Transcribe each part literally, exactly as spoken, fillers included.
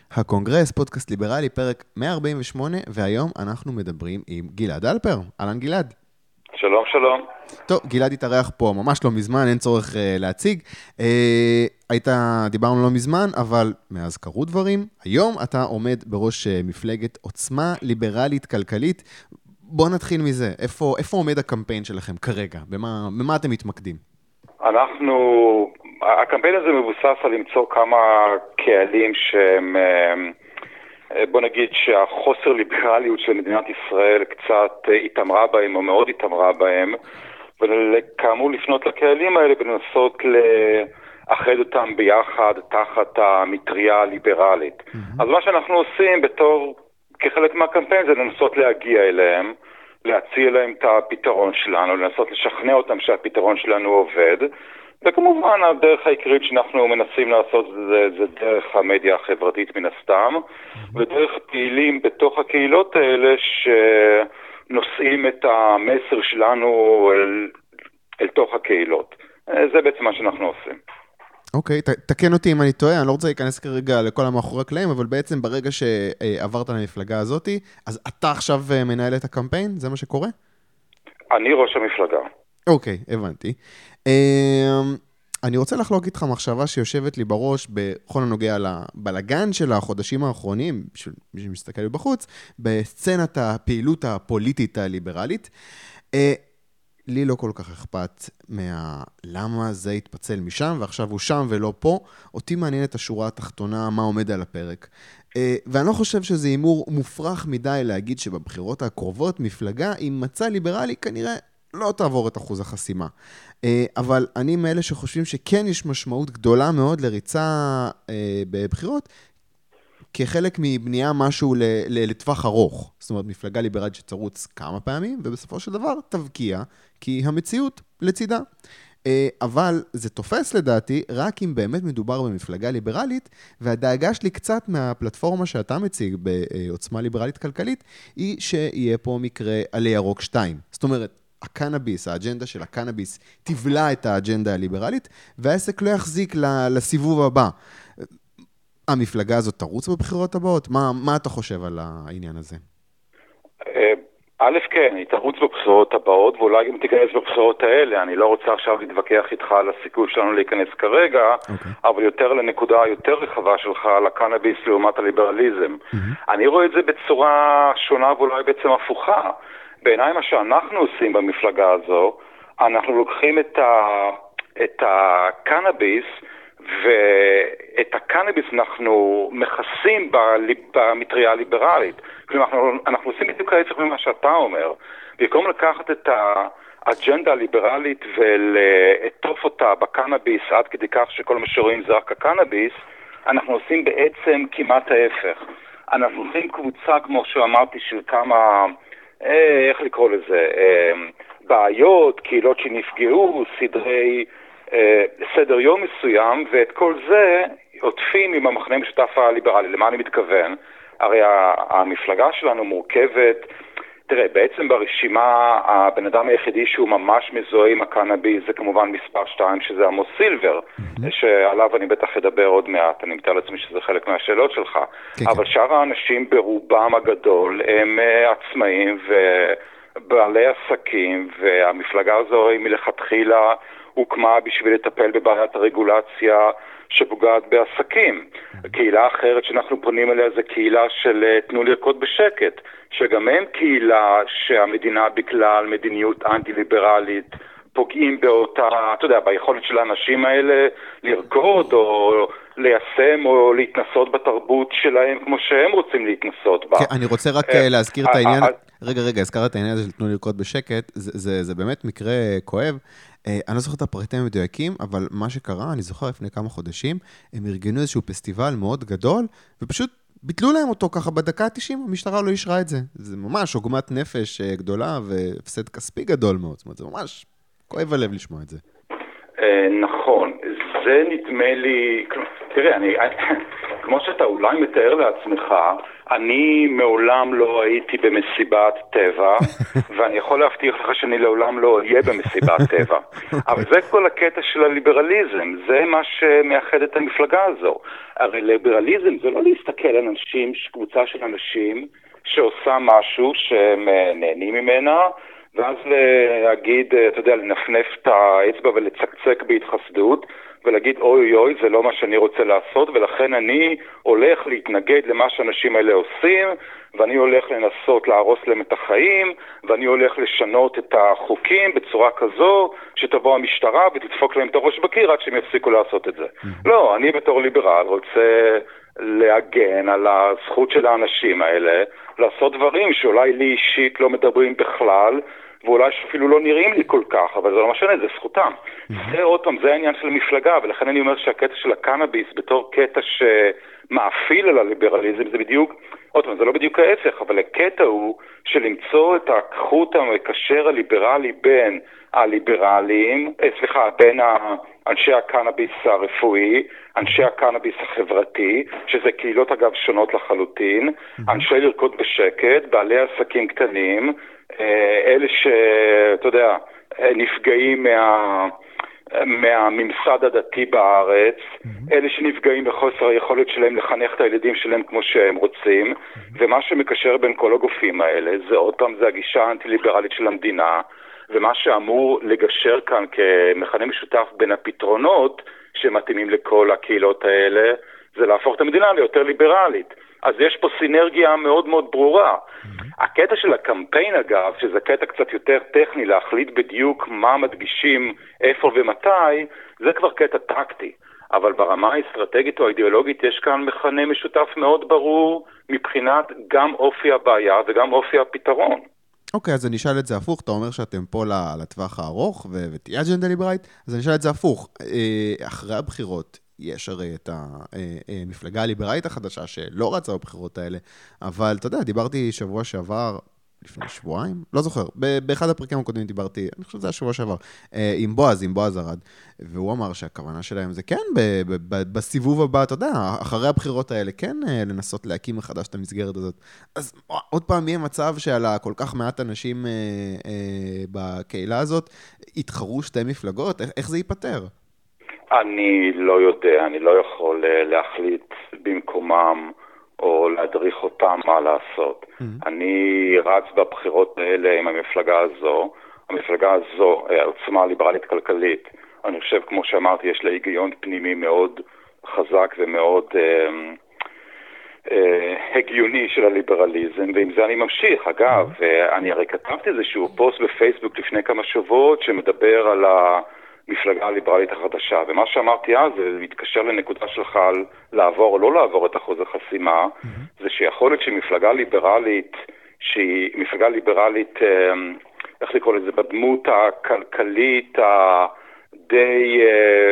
הקונגרס, פודקאסט ליברלי, פרק מאה ארבעים ושמונה, והיום אנחנו מדברים עם גלעד אלפר. אהלן גלעד. שלום, שלום. טוב, גלעד התארח פה ממש לא מזמן, אין צורך uh, להציג. Uh, היית, דיברנו לא מזמן, אבל מאז קרו דברים. היום אתה עומד בראש uh, מפלגת עוצמה ליברלית כלכלית. בוא נתחיל מזה. איפה, איפה עומד הקמפיין שלכם כרגע? במה, במה אתם מתמקדים? אנחנו, הקמפיין הזה מבוסס על למצוא כמה קהלים שהם, בוא נגיד שהחוסר ליברליות של מדינת ישראל קצת התאמרה בהם או מאוד התאמרה בהם, וכאמור לפנות לקהלים האלה ולנסות לאחד אותם ביחד תחת המטריה הליברלית. Mm-hmm. אז מה שאנחנו עושים בתור, כחלק מהקמפיין זה לנסות להגיע אליהם, להציע להם את הפתרון שלנו, לנסות לשכנע אותם שהפתרון שלנו עובד, וכמובן הדרך העיקרית שאנחנו מנסים לעשות זה, זה דרך המדיה החברתית מן הסתם, ודרך פעילים בתוך הקהילות האלה שנושאים את המסר שלנו אל, אל תוך הקהילות. זה בעצם מה שאנחנו עושים. אוקיי, okay, תקן אותי אם אני טועה, אני לא רוצה להיכנס כרגע לכל המאחורי הקלעים, אבל בעצם ברגע שעברת למפלגה הזאת, אז אתה עכשיו מנהל את הקמפיין? זה מה שקורה? אני ראש המפלגה. אוקיי, okay, הבנתי. אני רוצה לחלוק איתך מחשבה שיושבת לי בראש בכל הנוגע לבלגן של החודשים האחרונים, מי שמסתכל לי בחוץ, בסצנת הפעילות הפוליטית הליברלית. לי לא כל כך אכפת מה... למה זה התפצל משם, ועכשיו הוא שם ולא פה. אותי מעניין את השורה התחתונה, מה עומד על הפרק. ואני לא חושב שזה אימור מופרך מדי להגיד שבבחירות הקרובות, מפלגה עם מצע ליברלי כנראה לא תעבור את אחוז החסימה. אבל אני מאלה שחושבים שכן יש משמעות גדולה מאוד לריצה בבחירות, כחלק מבנייה משהו לטווח ארוך. זאת אומרת, מפלגה ליברלית שתרוץ כמה פעמים, ובסופו של דבר תבקיע, כי המציאות לצידה. אבל זה תופס לדעתי, רק אם באמת מדובר במפלגה ליברלית, והדאגה שלי קצת מהפלטפורמה שאתה מציג בעוצמה ליברלית כלכלית, היא שיהיה פה מקרה עלי ירוק שתיים. זאת אומרת, הקנאביס, האג'נדה של הקנאביס, תבלע את האג'נדה הליברלית, והעסק לא יחזיק לסיבוב הבא. המפלגה הזאת תרוץ בבחירות הבאות? מה, מה אתה חושב על העניין הזה? א', כן, היא תרוץ בבחירות הבאות, ואולי גם תיכנס בבחירות האלה. אני לא רוצה עכשיו להתווכח איתך על הסיכוי שלנו להיכנס כרגע, okay. אבל יותר לנקודה יותר רחבה שלך, על הקנאביס לעומת הליברליזם. Mm-hmm. אני רואה את זה בצורה שונה ואולי בעצם הפוכה. בעיניי מה שאנחנו עושים במפלגה הזו, אנחנו לוקחים את, ה, את הקנאביס, ואת הקנאביס אנחנו מכסים במטריה הליברלית. כלומר, אנחנו, אנחנו עושים בדיוק ההפך ממה שאתה אומר. במקום לקחת את האג'נדה הליברלית ולעטוף אותה בקנאביס עד כדי כך שכל מה שרואים זה רק הקנאביס, אנחנו עושים בעצם כמעט ההפך. אנחנו עושים קבוצה, כמו שאמרתי, של כמה, איך לקרוא לזה, בעיות, קהילות שנפגעו, סדרי... סדר יום מסוים, ואת כל זה עוטפים עם המחנה המשותף הליברלי. למה אני מתכוון? הרי המפלגה שלנו מורכבת, תראה, בעצם ברשימה הבן אדם היחידי שהוא ממש מזוהה עם הקנאביס זה כמובן מספר שתיים, שזה עמוס סילבר, mm-hmm. שעליו אני בטח אדבר עוד מעט, אני מתאר לעצמי שזה חלק מהשאלות שלך, okay, אבל okay. שאר האנשים ברובם הגדול הם uh, עצמאים ובעלי עסקים, והמפלגה הזו היא מלכתחילה הוקמה בשביל לטפל בבעיית הרגולציה שפוגעת בעסקים. קהילה אחרת שאנחנו פונים אליה זה קהילה של תנו לרקוד בשקט, שגם הם קהילה שהמדינה בכלל מדיניות אנטי-ליברלית פוגעים באותה, אתה יודע, ביכולת של האנשים האלה לרקוד או ליישם או להתנסות בתרבות שלהם כמו שהם רוצים להתנסות בה. כן, אני רוצה רק להזכיר את העניין, רגע, רגע, הזכרת את העניין הזה של תנו לרקוד בשקט, זה, זה, זה באמת מקרה כואב. אני לא זוכר את הפרטים המדויקים, אבל מה שקרה, אני זוכר לפני כמה חודשים, הם ארגנו איזשהו פסטיבל מאוד גדול, ופשוט ביטלו להם אותו ככה בדקה ה-תשעים, המשטרה לא אישרה את זה. זה ממש עוגמת נפש גדולה, והפסד כספי גדול מאוד. זאת אומרת, זה ממש כואב הלב לשמוע את זה. נכון. זה נדמה לי, תראה, אני, כמו שאתה אולי מתאר לעצמך, אני מעולם לא הייתי במסיבת טבע, ואני יכול להבטיח לך שאני לעולם לא אהיה במסיבת טבע. אבל זה כל הקטע של הליברליזם, זה מה שמאחד את המפלגה הזו. הרי ליברליזם זה לא להסתכל על אנשים, קבוצה של אנשים שעושה משהו שהם נהנים ממנה, ואז להגיד, אתה יודע, לנפנף את האצבע ולצקצק בהתחסדות, ולהגיד אוי אוי זה לא מה שאני רוצה לעשות, ולכן אני הולך להתנגד למה שאנשים האלה עושים, ואני הולך לנסות להרוס להם את החיים, ואני הולך לשנות את החוקים בצורה כזו שתבוא המשטרה ותדפוק להם את הראש בקיר עד שהם יפסיקו לעשות את זה. לא, אני בתור ליברל רוצה להגן על הזכות של האנשים האלה לעשות דברים שאולי לי אישית לא מדברים בכלל, ואולי שאפילו לא נראים לי כל כך, אבל זה לא משנה, זה זכותם. זה עוד פעם, זה העניין של המפלגה, ולכן אני אומר שהקטע של הקנאביס בתור קטע שמאפיל על הליברליזם, זה בדיוק, עוד פעם, זה לא בדיוק ההפך, אבל הקטע הוא שלמצוא את החוט המקשר הליברלי בין הליברליים, סליחה, בין אנשי הקנאביס הרפואי, אנשי הקנאביס החברתי, שזה קהילות אגב שונות לחלוטין, אנשי לרקוד בשקט, בעלי עסקים קטנים, אלה שאתה יודע, נפגעים מה, מהממסד הדתי בארץ, אלה שנפגעים בחוסר היכולת שלהם לחנך את הילדים שלהם כמו שהם רוצים, ומה שמקשר בין כל הגופים האלה, זה עוד פעם, זה הגישה האנטי-ליברלית של המדינה, ומה שאמור לגשר כאן כמכנה משותף בין הפתרונות שמתאימים לכל הקהילות האלה, זה להפוך את המדינה ליותר ליברלית. אז יש פה סינרגיה מאוד מאוד ברורה. הקטע של הקמפיין אגב, שזה קטע קצת יותר טכני, להחליט בדיוק מה מדגישים, איפה ומתי, זה כבר קטע טקטי. אבל ברמה האסטרטגית או האידיאולוגית יש כאן מכנה משותף מאוד ברור, מבחינת גם אופי הבעיה וגם אופי הפתרון. אוקיי, אז אני אשאל את זה הפוך, אתה אומר שאתם פה לטווח הארוך ותהיה אג'נדה ליברלית, אז אני אשאל את זה הפוך. אחרי הבחירות, יש הרי את המפלגה הליברלית החדשה שלא רצה בבחירות האלה, אבל אתה יודע, דיברתי שבוע שעבר, לפני שבועיים, לא זוכר, באחד הפרקים הקודמים דיברתי, אני חושב שזה היה שבוע שעבר, עם בועז, עם בועז ארד, והוא אמר שהכוונה שלהם זה כן, בסיבוב הבא, אתה יודע, אחרי הבחירות האלה, כן לנסות להקים מחדש את המסגרת הזאת. אז עוד פעם יהיה מצב שעל כל כך מעט אנשים בקהילה הזאת, התחרו שתי מפלגות, איך זה ייפטר? אני לא יודע, אני לא יכול להחליט במקומם או להדריך אותם מה לעשות. Mm-hmm. אני רץ בבחירות האלה עם המפלגה הזו, המפלגה הזו, העוצמה הליברלית כלכלית, אני חושב, כמו שאמרתי, יש לה היגיון פנימי מאוד חזק ומאוד אה, אה, הגיוני של הליברליזם, ועם זה אני ממשיך. אגב, mm-hmm. אני הרי כתבתי איזשהו פוסט בפייסבוק לפני כמה שבועות שמדבר על ה... מפלגה הליברלית החדשה, ומה שאמרתי אז, זה מתקשר לנקודה שלך על לעבור או לא לעבור את אחוז החסימה, mm-hmm. זה שיכול להיות שמפלגה ליברלית, שהיא מפלגה ליברלית, איך לקרוא לזה, בדמות הכלכלית הדי,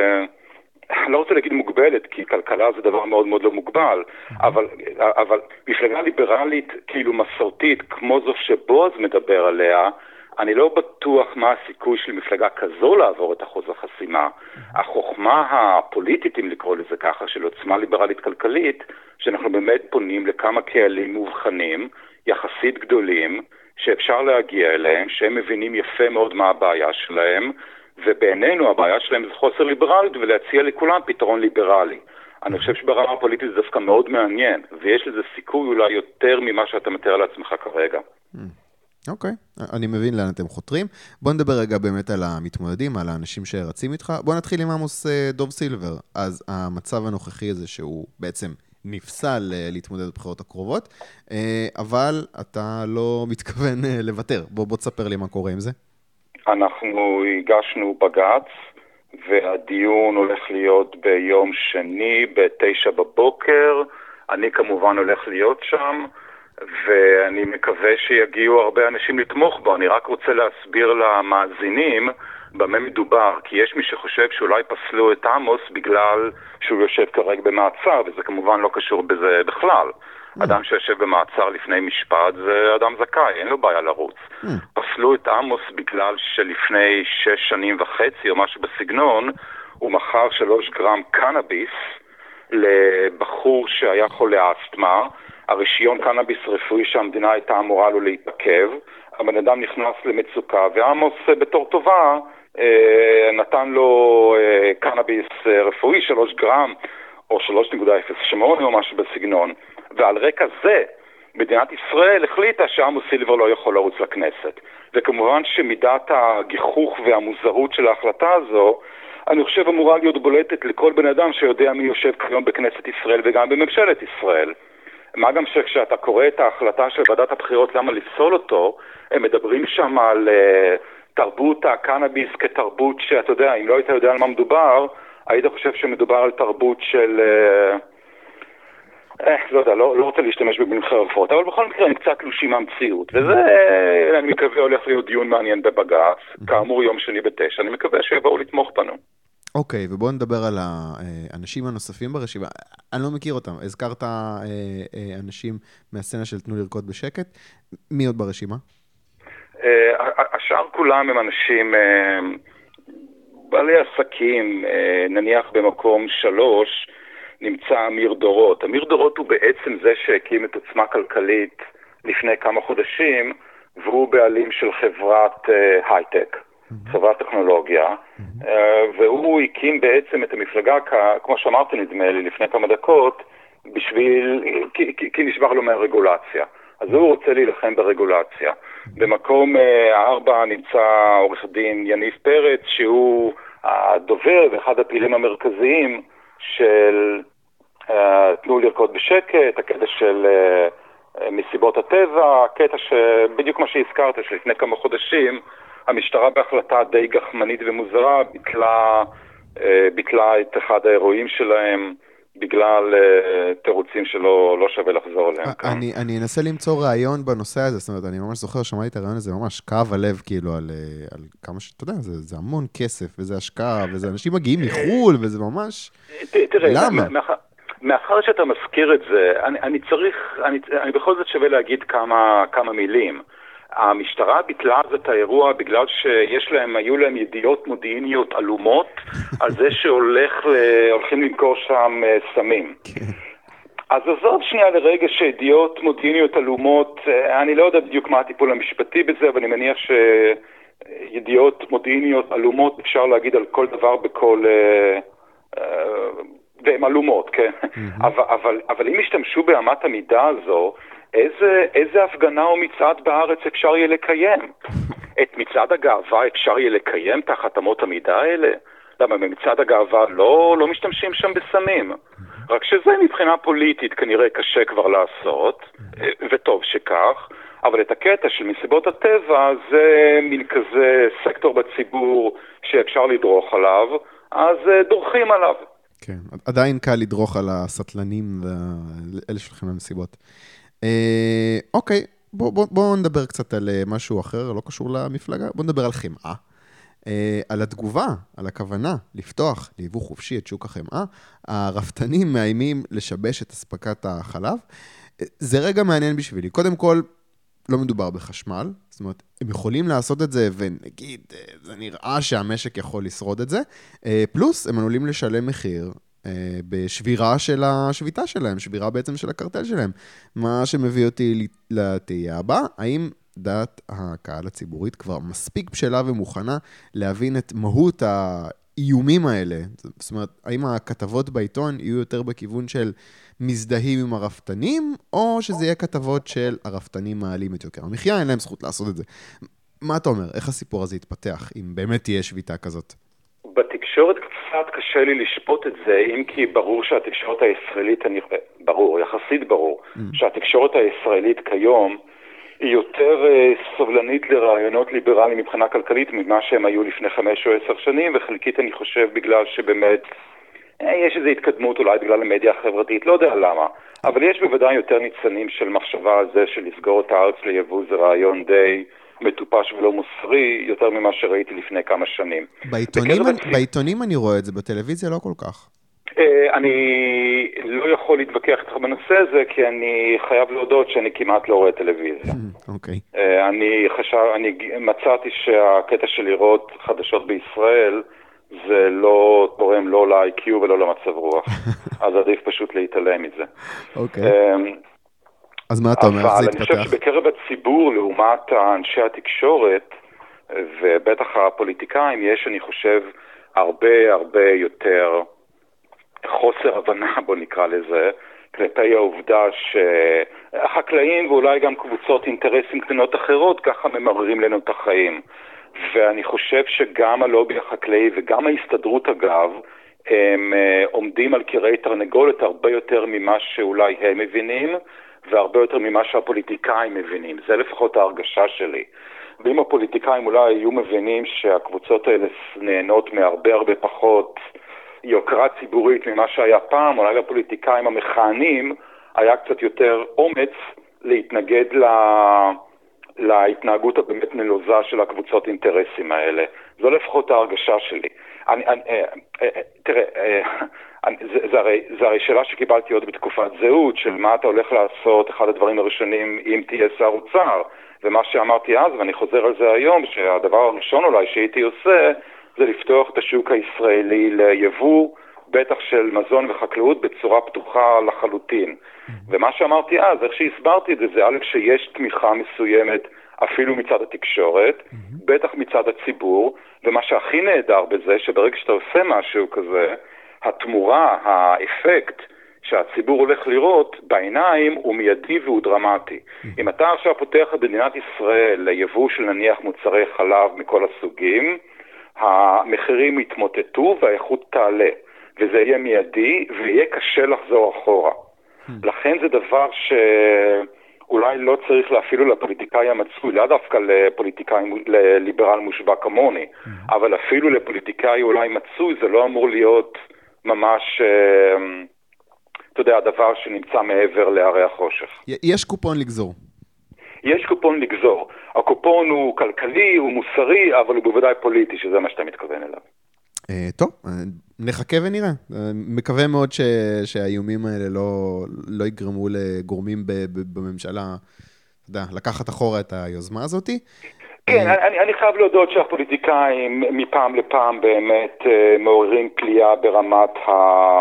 אני לא רוצה להגיד מוגבלת, כי כלכלה זה דבר מאוד מאוד לא מוגבל, mm-hmm. אבל, אבל מפלגה ליברלית כאילו מסורתית, כמו זו שבועז מדבר עליה, אני לא בטוח מה הסיכוי של מפלגה כזו לעבור את אחוז החסימה. החוכמה הפוליטית, אם לקרוא לזה ככה, של עוצמה ליברלית כלכלית, שאנחנו באמת פונים לכמה קהלים מובחנים, יחסית גדולים, שאפשר להגיע אליהם, שהם מבינים יפה מאוד מה הבעיה שלהם, ובעינינו הבעיה שלהם זה חוסר ליברלית, ולהציע לכולם פתרון ליברלי. אני חושב שברמה הפוליטית זה דווקא מאוד מעניין, ויש לזה סיכוי אולי יותר ממה שאתה מתאר לעצמך כרגע. אוקיי, אני מבין לאן אתם חותרים. בוא נדבר רגע באמת על המתמודדים, על האנשים שרצים איתך. בוא נתחיל עם עמוס דוב סילבר. אז המצב הנוכחי הזה שהוא בעצם נפסל להתמודד בבחירות הקרובות, אבל אתה לא מתכוון לוותר. בוא, בוא תספר לי מה קורה עם זה. אנחנו הגשנו בג"ץ, והדיון הולך להיות ביום שני בתשע בבוקר. אני כמובן הולך להיות שם. ואני מקווה שיגיעו הרבה אנשים לתמוך בו. אני רק רוצה להסביר למאזינים במה מדובר, כי יש מי שחושב שאולי פסלו את עמוס בגלל שהוא יושב כרגע במעצר, וזה כמובן לא קשור בזה בכלל. Mm. אדם שיושב במעצר לפני משפט זה אדם זכאי, אין לו בעיה לרוץ. Mm. פסלו את עמוס בגלל שלפני שש שנים וחצי או משהו בסגנון, הוא מכר שלוש גרם קנאביס לבחור שהיה חולה אסתמה, הרשיון קנאביס רפואי שהמדינה הייתה אמורה לו להתעכב, הבן אדם נכנס למצוקה, ועמוס בתור טובה נתן לו קנאביס רפואי, שלוש גרם, או שלוש נקודה אפס שמונה או משהו בסגנון. ועל רקע זה, מדינת ישראל החליטה שעמוס סילבר לא יכול לרוץ לכנסת. וכמובן שמידת הגיחוך והמוזרות של ההחלטה הזו, אני חושב אמורה להיות בולטת לכל בן אדם שיודע מי יושב כיום בכנסת ישראל וגם בממשלת ישראל. מה גם שכשאתה קורא את ההחלטה של ועדת הבחירות למה לפסול אותו, הם מדברים שם על uh, תרבות הקנאביס כתרבות שאתה יודע, אם לא היית יודע על מה מדובר, היית חושב שמדובר על תרבות של... Uh, אה, לא יודע, לא, לא רוצה להשתמש במונחי רפואות, אבל בכל מקרה הם קצת תלושים מהמציאות, וזה, אני מקווה, הולך להיות דיון מעניין בבג"ץ, כאמור יום שני בתשע, אני מקווה שיבואו לתמוך בנו. אוקיי, ובואו נדבר על האנשים הנוספים ברשימה. אני לא מכיר אותם, הזכרת אנשים מהסצנה של תנו לרקוד בשקט, מי עוד ברשימה? השאר כולם הם אנשים בעלי עסקים, נניח במקום שלוש, נמצא אמיר דורות. אמיר דורות הוא בעצם זה שהקים את עוצמה כלכלית לפני כמה חודשים, והוא בעלים של חברת הייטק, mm-hmm. חברת טכנולוגיה, mm-hmm. והוא הקים בעצם את המפלגה, כמו שאמרתי נדמה לי לפני כמה דקות, בשביל, כי, כי, כי נשבר לו מהרגולציה. אז הוא רוצה להילחם ברגולציה. Mm-hmm. במקום הארבע נמצא עורך דין יניב פרץ, שהוא הדובר ואחד הפעילים המרכזיים, של uh, תנו לרקוד בשקט, הקטע של uh, מסיבות הטבע, הקטע שבדיוק מה שהזכרת, שלפני כמה חודשים המשטרה בהחלטה די גחמנית ומוזרה ביטלה, uh, ביטלה את אחד האירועים שלהם בגלל uh, תירוצים שלא לא שווה לחזור עליהם. אני, אני אנסה למצוא רעיון בנושא הזה, זאת אומרת, אני ממש זוכר, שמעתי את הרעיון הזה, ממש כאב הלב, כאילו, על, על כמה ש... אתה יודע, זה, זה המון כסף, וזה השקעה, וזה אנשים מגיעים מחול, וזה ממש... תראה, למה? מאחר, מאחר שאתה מזכיר את זה, אני, אני צריך, אני, אני בכל זאת שווה להגיד כמה, כמה מילים. המשטרה ביטלה את האירוע בגלל שיש להם, היו להם ידיעות מודיעיניות אלומות על זה שהולכים למכור שם סמים. אז עזוב שנייה לרגע שידיעות מודיעיניות אלומות, אני לא יודע בדיוק מה הטיפול המשפטי בזה, אבל אני מניח שידיעות מודיעיניות אלומות אפשר להגיד על כל דבר בכל... והן אלומות, כן? אבל, אבל, אבל אם השתמשו באמת המידה הזו, איזה, איזה הפגנה או מצעד בארץ אפשר יהיה לקיים? את מצעד הגאווה אפשר יהיה לקיים תחת אמות המידה האלה? למה במצעד הגאווה לא, לא משתמשים שם בסמים? רק שזה מבחינה פוליטית כנראה קשה כבר לעשות, וטוב שכך, אבל את הקטע של מסיבות הטבע זה מין כזה סקטור בציבור שאפשר לדרוך עליו, אז דורכים עליו. כן, עדיין קל לדרוך על הסטלנים ואלה שלכם למסיבות. אוקיי, בואו נדבר קצת על משהו אחר, לא קשור למפלגה, בואו נדבר על חמאה. על התגובה, על הכוונה לפתוח ליבוא חופשי את שוק החמאה, הרפתנים מאיימים לשבש את הספקת החלב. זה רגע מעניין בשבילי. קודם כל, לא מדובר בחשמל, זאת אומרת, הם יכולים לעשות את זה, ונגיד, זה נראה שהמשק יכול לשרוד את זה, פלוס הם עלולים לשלם מחיר בשבירה של השביתה שלהם, שבירה בעצם של הקרטל שלהם. מה שמביא אותי לתהייה הבאה, האם דעת הקהל הציבורית כבר מספיק בשלה ומוכנה להבין את מהות האיומים האלה? זאת אומרת, האם הכתבות בעיתון יהיו יותר בכיוון של מזדהים עם הרפתנים, או שזה יהיה כתבות של הרפתנים מעלים את יוקר המחיה, אין להם זכות לעשות את זה. מה אתה אומר? איך הסיפור הזה יתפתח, אם באמת תהיה שביתה כזאת? בתקשורת קצת קשה לי לשפוט את זה, אם כי ברור שהתקשורת הישראלית, אני... ברור, יחסית ברור, mm. שהתקשורת הישראלית כיום היא יותר סובלנית לרעיונות ליברליים מבחינה כלכלית ממה שהם היו לפני חמש או עשר שנים, וחלקית אני חושב בגלל שבאמת יש איזו התקדמות, אולי בגלל המדיה החברתית, לא יודע למה, אבל יש בוודאי יותר ניצנים של מחשבה על זה של לסגור את הארץ ליבוא, זה רעיון די מטופש ולא מוסרי, יותר ממה שראיתי לפני כמה שנים. בעיתונים, אני, בעיתונים אני רואה את זה, בטלוויזיה לא כל כך. אני לא יכול להתווכח איתך בנושא הזה, כי אני חייב להודות שאני כמעט לא רואה טלוויזיה. אוקיי. אני חשב, אני מצאתי שהקטע של לראות חדשות בישראל, זה לא תורם לא ל-איי קיו ולא למצב רוח. אז עדיף פשוט להתעלם מזה. אוקיי. אז מה אתה אומר? איך זה התפתח? אבל אני חושב שבקרב הציבור, לעומת אנשי התקשורת, ובטח הפוליטיקאים, יש, אני חושב, הרבה הרבה יותר חוסר הבנה, בוא נקרא לזה, כלפי העובדה שהחקלאים ואולי גם קבוצות אינטרסים קטנות אחרות ככה ממררים לנו את החיים. ואני חושב שגם הלובי החקלאי וגם ההסתדרות אגב, הם עומדים על קירי תרנגולת הרבה יותר ממה שאולי הם מבינים, והרבה יותר ממה שהפוליטיקאים מבינים. זה לפחות ההרגשה שלי. ואם הפוליטיקאים אולי היו מבינים שהקבוצות האלה נהנות מהרבה הרבה פחות יוקרה ציבורית ממה שהיה פעם, אולי לפוליטיקאים המכהנים היה קצת יותר אומץ להתנגד ל... להתנהגות הבאמת נלוזה של הקבוצות אינטרסים האלה. זו לפחות ההרגשה שלי. אני, אני, תראה, זה, זה, הרי, זה הרי שאלה שקיבלתי עוד בתקופת זהות, של מה אתה הולך לעשות, אחד הדברים הראשונים אם תהיה שר אוצר, ומה שאמרתי אז, ואני חוזר על זה היום, שהדבר הראשון אולי שהייתי עושה, זה לפתוח את השוק הישראלי ליבוא, בטח של מזון וחקלאות בצורה פתוחה לחלוטין. ומה שאמרתי אז, איך שהסברתי את זה, זה א' שיש תמיכה מסוימת אפילו מצד התקשורת, בטח מצד הציבור, ומה שהכי נהדר בזה, שברגע שאתה עושה משהו כזה, התמורה, האפקט שהציבור הולך לראות בעיניים הוא מיידי והוא דרמטי. אם אתה עכשיו פותח את מדינת ישראל ליבוא של נניח מוצרי חלב מכל הסוגים, המחירים יתמוטטו והאיכות תעלה, וזה יהיה מיידי ויהיה קשה לחזור אחורה. לכן זה דבר שאולי לא צריך אפילו לפוליטיקאי המצוי, לא דווקא לפוליטיקאי, לליברל מושבע כמוני, אבל אפילו לפוליטיקאי אולי מצוי, זה לא אמור להיות ממש, אתה יודע, הדבר שנמצא מעבר להרי החושך. יש קופון לגזור. יש קופון לגזור. הקופון הוא כלכלי, הוא מוסרי, אבל הוא בוודאי פוליטי, שזה מה שאתה מתכוון אליו. טוב, נחכה ונראה. מקווה מאוד שהאיומים האלה לא יגרמו לגורמים בממשלה, אתה יודע, לקחת אחורה את היוזמה הזאת. כן, אני חייב להודות שהפוליטיקאים מפעם לפעם באמת מעוררים פליאה ברמת ה...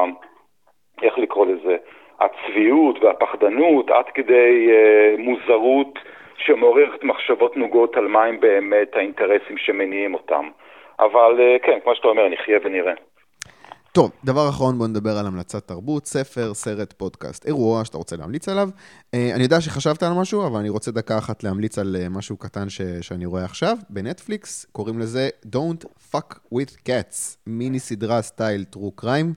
איך לקרוא לזה? הצביעות והפחדנות, עד כדי מוזרות שמעוררת מחשבות נוגות על מהם באמת האינטרסים שמניעים אותם. אבל כן, כמו שאתה אומר, נחיה ונראה. טוב, דבר אחרון, בוא נדבר על המלצת תרבות, ספר, סרט, פודקאסט, אירוע שאתה רוצה להמליץ עליו. אני יודע שחשבת על משהו, אבל אני רוצה דקה אחת להמליץ על משהו קטן ש- שאני רואה עכשיו. בנטפליקס קוראים לזה Don't Fuck With Cats, מיני סדרה סטייל True Crime.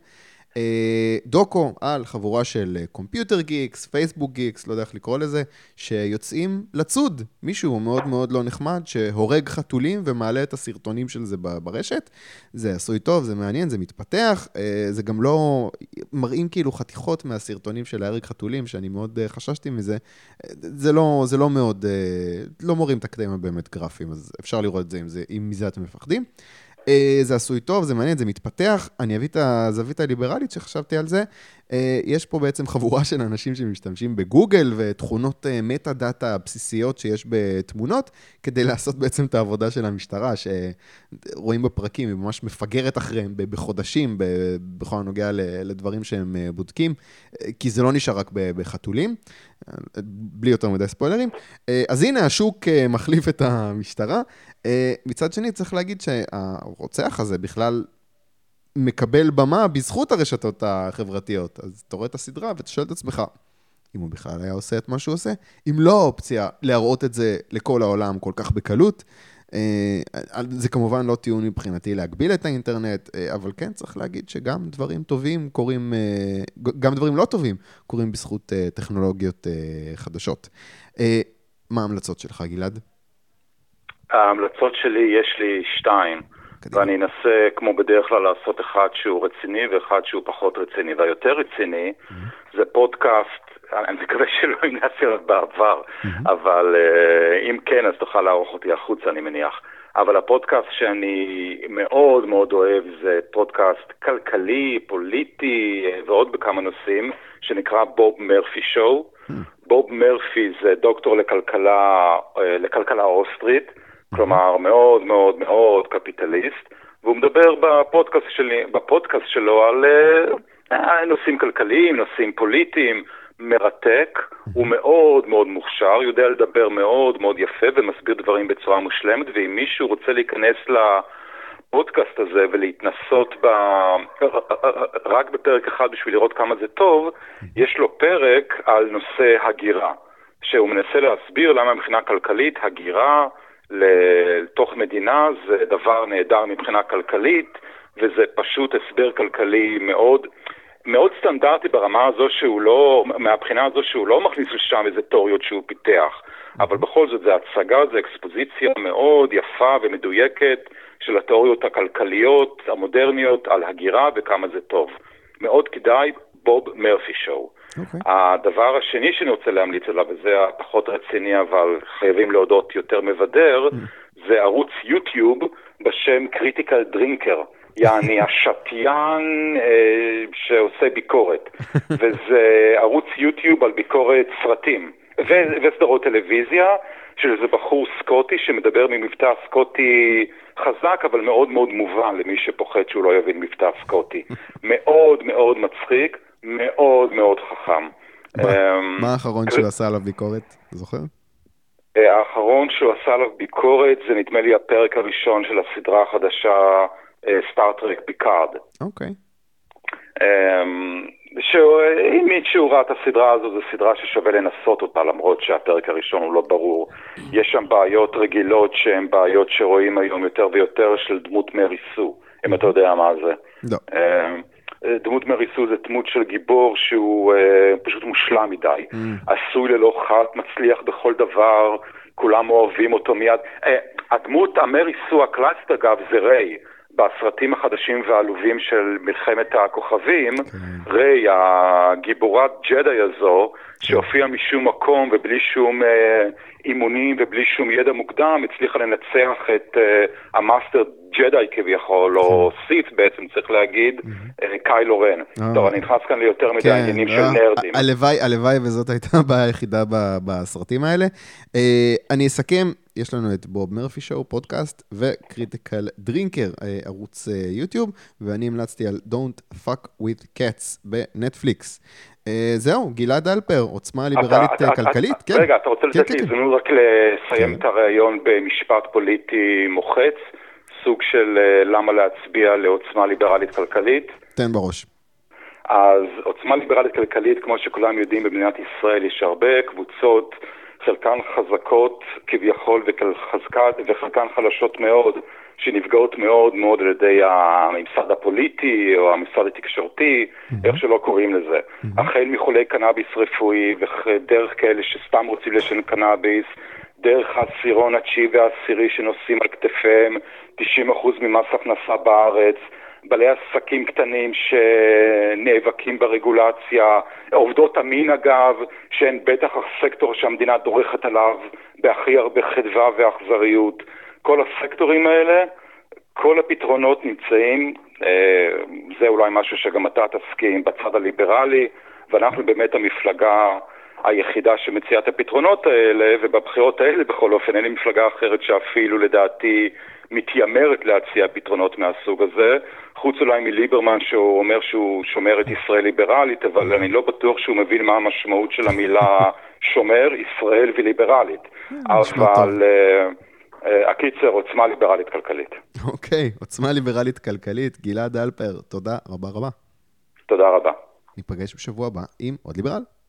דוקו על חבורה של קומפיוטר גיקס, פייסבוק גיקס, לא יודע איך לקרוא לזה, שיוצאים לצוד מישהו מאוד מאוד לא נחמד, שהורג חתולים ומעלה את הסרטונים של זה ברשת. זה עשוי טוב, זה מעניין, זה מתפתח, זה גם לא, מראים כאילו חתיכות מהסרטונים של להרג חתולים, שאני מאוד חששתי מזה, זה לא, זה לא מאוד, לא מורים את הקטעים הבאמת גרפיים, אז אפשר לראות את זה אם, זה, אם מזה אתם מפחדים. זה עשוי טוב, זה מעניין, זה מתפתח. אני אביא את הזווית הליברלית שחשבתי על זה. יש פה בעצם חבורה של אנשים שמשתמשים בגוגל ותכונות מטה דאטה בסיסיות שיש בתמונות, כדי לעשות בעצם את העבודה של המשטרה, שרואים בפרקים, היא ממש מפגרת אחריהם בחודשים, בכל הנוגע לדברים שהם בודקים, כי זה לא נשאר רק בחתולים, בלי יותר מדי ספוילרים. אז הנה, השוק מחליף את המשטרה. מצד שני, צריך להגיד שהרוצח הזה בכלל מקבל במה בזכות הרשתות החברתיות. אז אתה רואה את הסדרה ואתה שואל את עצמך, אם הוא בכלל היה עושה את מה שהוא עושה, אם לא האופציה להראות את זה לכל העולם כל כך בקלות, זה כמובן לא טיעון מבחינתי להגביל את האינטרנט, אבל כן צריך להגיד שגם דברים טובים קורים, גם דברים לא טובים קורים בזכות טכנולוגיות חדשות. מה ההמלצות שלך, גלעד? ההמלצות שלי, יש לי שתיים, קדימה. ואני אנסה כמו בדרך כלל לעשות אחד שהוא רציני ואחד שהוא פחות רציני. והיותר רציני mm-hmm. זה פודקאסט, אני מקווה שלא המלצתי רק בעבר, mm-hmm. אבל uh, אם כן אז תוכל לערוך אותי החוצה אני מניח. אבל הפודקאסט שאני מאוד מאוד אוהב זה פודקאסט כלכלי, פוליטי ועוד בכמה נושאים, שנקרא בוב מרפי שואו. Mm-hmm. בוב מרפי זה דוקטור לכלכלה, לכלכלה אוסטרית, כלומר מאוד מאוד מאוד קפיטליסט, והוא מדבר בפודקאסט, שלי, בפודקאסט שלו על אה, נושאים כלכליים, נושאים פוליטיים, מרתק, הוא מאוד מאוד מוכשר, יודע לדבר מאוד מאוד יפה ומסביר דברים בצורה מושלמת, ואם מישהו רוצה להיכנס לפודקאסט הזה ולהתנסות ב... רק בפרק אחד בשביל לראות כמה זה טוב, יש לו פרק על נושא הגירה, שהוא מנסה להסביר למה מבחינה כלכלית הגירה לתוך מדינה זה דבר נהדר מבחינה כלכלית, וזה פשוט הסבר כלכלי מאוד... מאוד סטנדרטי ברמה הזו שהוא לא, מהבחינה הזו שהוא לא מכניס לשם איזה תיאוריות שהוא פיתח, אבל בכל זאת זה הצגה, זה אקספוזיציה מאוד יפה ומדויקת של התיאוריות הכלכליות, המודרניות, על הגירה וכמה זה טוב. מאוד כדאי, בוב מרפי שואו. Okay. הדבר השני שאני רוצה להמליץ עליו, וזה הפחות רציני, אבל חייבים להודות יותר מבדר, mm. זה ערוץ יוטיוב בשם קריטיקל דרינקר. יעני השתיין אה, שעושה ביקורת, וזה ערוץ יוטיוב על ביקורת סרטים ו- וסדרות טלוויזיה של איזה בחור סקוטי שמדבר ממבטא סקוטי חזק אבל מאוד מאוד מובן למי שפוחד שהוא לא יבין מבטא סקוטי. מאוד מאוד מצחיק, מאוד מאוד חכם. מה האחרון שהוא עשה עליו ביקורת? זוכר? האחרון שהוא עשה עליו ביקורת זה נדמה לי הפרק הראשון של הסדרה החדשה סטארטרק פיקארד. אוקיי. אם מישהו ראה את הסדרה הזו, זו סדרה ששווה לנסות אותה, למרות שהפרק הראשון הוא לא ברור. יש שם בעיות רגילות שהן בעיות שרואים היום יותר ויותר של דמות מריסו, אם אתה יודע מה זה. לא. דמות מריסו זה דמות של גיבור שהוא פשוט מושלם מדי. עשוי ללא חת, מצליח בכל דבר, כולם אוהבים אותו מיד. הדמות המריסו הקלאסית אגב זה ריי. בסרטים החדשים והעלובים של מלחמת הכוכבים, okay. ריי, הגיבורת ג'די הזו, okay. שהופיעה משום מקום ובלי שום אה, אימונים ובלי שום ידע מוקדם, הצליחה לנצח את אה, המאסטר ג'די כביכול, okay. או סיף בעצם צריך להגיד, mm-hmm. אה, קיילו רן. Oh. טוב, אני נכנס כאן ליותר מדי עניינים okay. של uh, נרדים. הלוואי, הלוואי וזאת הייתה הבעיה היחידה בסרטים האלה. אה, אני אסכם, יש לנו את בוב מרפי שואו, פודקאסט, וקריטיקל דרינקר, ערוץ יוטיוב, ואני המלצתי על Don't Fuck With Cats בנטפליקס. זהו, גלעד אלפר, עוצמה ליברלית כלכלית. רגע, אתה רוצה לתת לי הזדמנות רק לסיים את הרעיון במשפט פוליטי מוחץ, סוג של למה להצביע לעוצמה ליברלית כלכלית? תן בראש. אז עוצמה ליברלית כלכלית, כמו שכולם יודעים, במדינת ישראל יש הרבה קבוצות, חלקן חזקות כביכול וחלקן חלשות מאוד, שנפגעות מאוד מאוד על ידי הממסד הפוליטי או הממסד התקשורתי, mm-hmm. איך שלא קוראים לזה. Mm-hmm. החל מחולי קנאביס רפואי ודרך כאלה שסתם רוצים לשן קנאביס, דרך העשירון התשיעי והעשירי שנושאים על כתפיהם תשעים אחוז ממס הכנסה בארץ, בעלי עסקים קטנים שנאבקים ברגולציה, עובדות המין אגב, שהן בטח הסקטור שהמדינה דורכת עליו בהכי הרבה חדווה ואכזריות. כל הסקטורים האלה, כל הפתרונות נמצאים, זה אולי משהו שגם אתה תסכים בצד הליברלי, ואנחנו באמת המפלגה היחידה שמציעה את הפתרונות האלה, ובבחירות האלה בכל אופן אין לי מפלגה אחרת שאפילו לדעתי מתיימרת להציע פתרונות מהסוג הזה, חוץ אולי מליברמן שהוא אומר שהוא שומר את ישראל ליברלית, אבל אני לא בטוח שהוא מבין מה המשמעות של המילה שומר, ישראל וליברלית. אבל הקיצר, עוצמה ליברלית כלכלית. אוקיי, עוצמה ליברלית כלכלית, גלעד אלפר, תודה רבה רבה. תודה רבה. ניפגש בשבוע הבא עם עוד ליברל.